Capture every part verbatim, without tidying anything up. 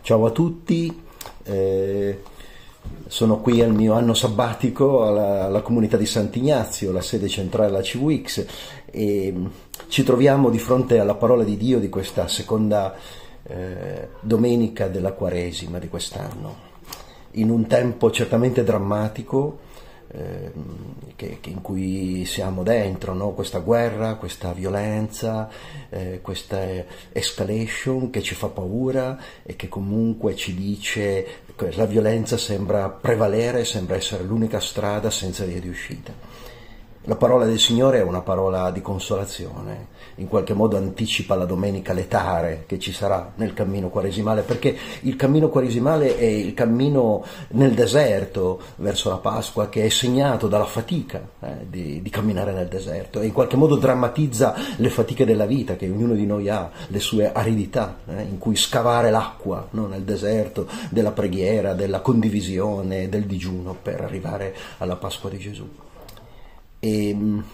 Ciao a tutti, eh, sono qui al mio anno sabbatico alla, alla comunità di Sant'Ignazio, la sede centrale della C W I X, e ci troviamo di fronte alla parola di Dio di questa seconda eh, domenica della Quaresima di quest'anno, in un tempo certamente drammatico, Eh, che, che in cui siamo dentro, no? Questa guerra, questa violenza, eh, questa escalation che ci fa paura e che comunque ci dice che la violenza sembra prevalere, sembra essere l'unica strada senza via di uscita. La parola del Signore è una parola di consolazione, in qualche modo anticipa la domenica letare che ci sarà nel cammino quaresimale, perché il cammino quaresimale è il cammino nel deserto verso la Pasqua, che è segnato dalla fatica eh, di, di camminare nel deserto, e in qualche modo drammatizza le fatiche della vita che ognuno di noi ha, le sue aridità, eh, in cui scavare l'acqua, no? Nel deserto della preghiera, della condivisione, del digiuno per arrivare alla Pasqua di Gesù. E,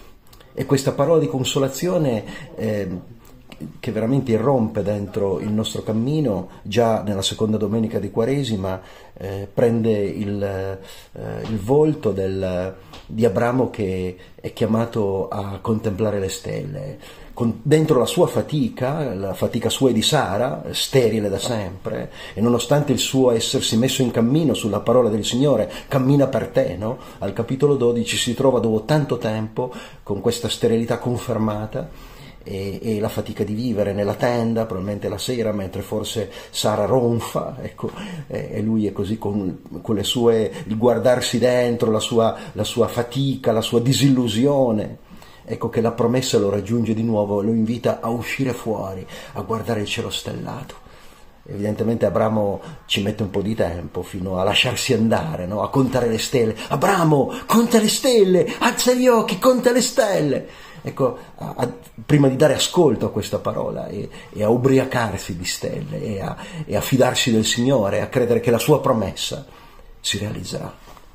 e questa parola di consolazione eh, che veramente irrompe dentro il nostro cammino già nella seconda domenica di Quaresima eh, prende il, eh, il volto del, di Abramo, che è chiamato a contemplare le stelle. Con, dentro la sua fatica, la fatica sua e di Sara, sterile da sempre, e nonostante il suo essersi messo in cammino sulla parola del Signore, cammina per te, no? Al capitolo dodici si trova dopo tanto tempo con questa sterilità confermata e, e la fatica di vivere nella tenda, probabilmente la sera, mentre forse Sara ronfa, ecco, e, e lui è così con, con le sue, il guardarsi dentro, la sua, la sua fatica, la sua disillusione. Ecco che la promessa lo raggiunge di nuovo, lo invita a uscire fuori, a guardare il cielo stellato. Evidentemente Abramo ci mette un po' di tempo fino a lasciarsi andare, no? A contare le stelle. Abramo, conta le stelle, alza gli occhi, conta le stelle. Ecco, a, a, prima di dare ascolto a questa parola e, e a ubriacarsi di stelle e a, e a fidarsi del Signore, a credere che la sua promessa si realizzerà.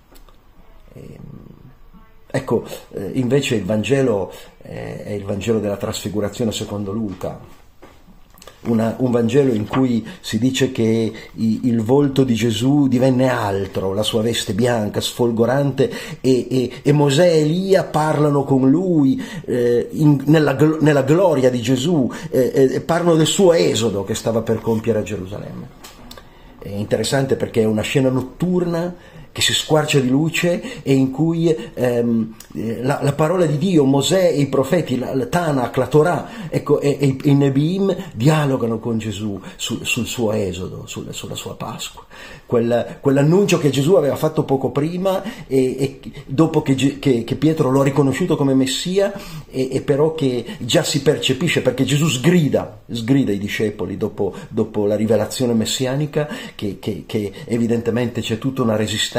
E, Ecco, eh, invece il Vangelo eh, è il Vangelo della trasfigurazione secondo Luca, Una, un Vangelo in cui si dice che i, il volto di Gesù divenne altro, la sua veste bianca, sfolgorante, e, e, e Mosè e Elia parlano con lui eh, in, nella, nella gloria di Gesù, eh, eh, parlano del suo esodo che stava per compiere a Gerusalemme. È interessante perché è una scena notturna che si squarcia di luce e in cui ehm, la, la parola di Dio, Mosè e i profeti, la, la Tanakh, la Torah, ecco, e, e i Nebiim dialogano con Gesù sul, sul suo esodo, sul, sulla sua Pasqua. Quel, quell'annuncio che Gesù aveva fatto poco prima e, e dopo che, che, che Pietro lo ha riconosciuto come Messia, e, e però che già si percepisce, perché Gesù sgrida, sgrida i discepoli dopo, dopo la rivelazione messianica, che, che, che evidentemente c'è tutta una resistenza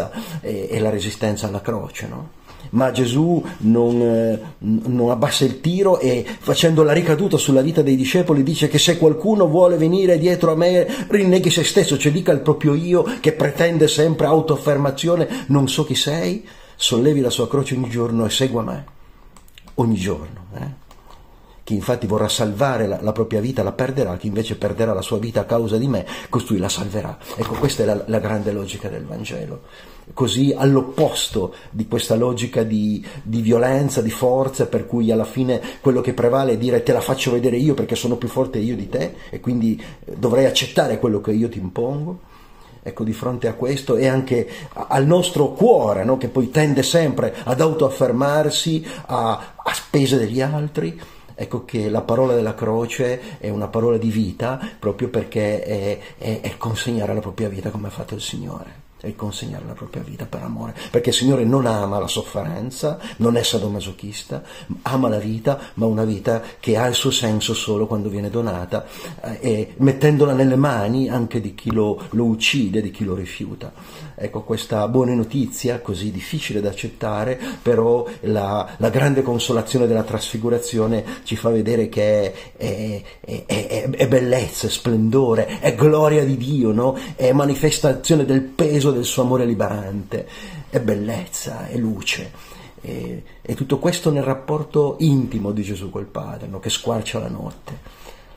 e, e la resistenza alla croce, no? Ma Gesù non, eh, non abbassa il tiro e, facendo la ricaduta sulla vita dei discepoli, dice che se qualcuno vuole venire dietro a me rinneghi se stesso, cioè dica il proprio io che pretende sempre autoaffermazione, non so chi sei, sollevi la sua croce ogni giorno e segua me ogni giorno, eh? Chi infatti vorrà salvare la, la propria vita la perderà, chi invece perderà la sua vita a causa di me, costui la salverà. Ecco, questa è la, la grande logica del Vangelo, così all'opposto di questa logica di, di violenza, di forza, per cui alla fine quello che prevale è dire te la faccio vedere io perché sono più forte io di te e quindi dovrei accettare quello che io ti impongo. Ecco, di fronte a questo e anche al nostro cuore, no? Che poi tende sempre ad autoaffermarsi a, a spese degli altri. Ecco che la parola della croce è una parola di vita, proprio perché è, è, è consegnare la propria vita come ha fatto il Signore, è consegnare la propria vita per amore, perché il Signore non ama la sofferenza, non è sadomasochista, ama la vita, ma una vita che ha il suo senso solo quando viene donata, eh, e mettendola nelle mani anche di chi lo, lo uccide, di chi lo rifiuta. Ecco, questa buona notizia, così difficile da accettare, però la, la grande consolazione della trasfigurazione ci fa vedere che è, è, è, è bellezza, è splendore, è gloria di Dio, no? È manifestazione del peso del suo amore liberante, è bellezza, è luce. E, e tutto questo nel rapporto intimo di Gesù col Padre, no? Che squarcia la notte.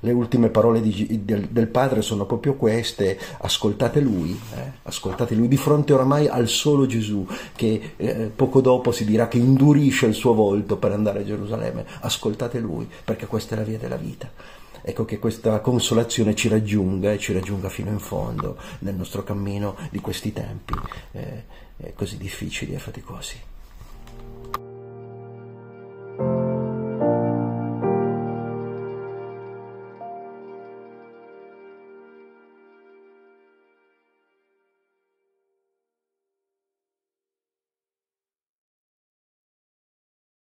le ultime parole di, del, del Padre sono proprio queste: ascoltate Lui, eh? ascoltate Lui, di fronte oramai al solo Gesù, che eh, poco dopo si dirà che indurisce il suo volto per andare a Gerusalemme. Ascoltate Lui, perché questa è la via della vita. Ecco che questa consolazione ci raggiunga e ci raggiunga fino in fondo nel nostro cammino di questi tempi eh, così difficili e faticosi.